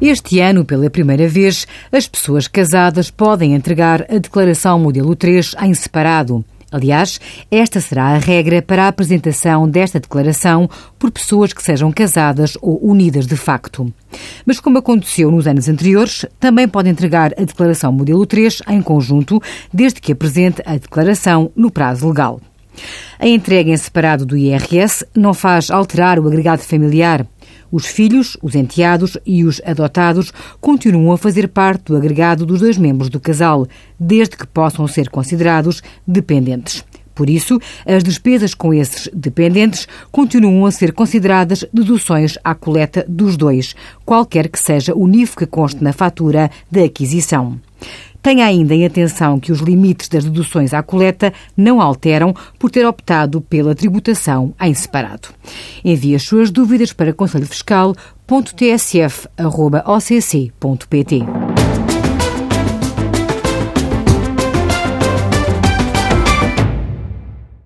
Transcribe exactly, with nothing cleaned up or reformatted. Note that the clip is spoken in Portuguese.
Este ano, pela primeira vez, as pessoas casadas podem entregar a declaração modelo três em separado. Aliás, esta será a regra para a apresentação desta declaração por pessoas que sejam casadas ou unidas de facto. Mas, como aconteceu nos anos anteriores, também pode entregar a declaração modelo três em conjunto, desde que apresente a declaração no prazo legal. A entrega em separado do I R S não faz alterar o agregado familiar. Os filhos, os enteados e os adotados continuam a fazer parte do agregado dos dois membros do casal, desde que possam ser considerados dependentes. Por isso, as despesas com esses dependentes continuam a ser consideradas deduções à coleta dos dois, qualquer que seja o N I F que conste na fatura da aquisição. Tenha ainda em atenção que os limites das deduções à coleta não alteram por ter optado pela tributação em separado. Envie as suas dúvidas para conselho fiscal ponto t s f arroba o c c ponto p t.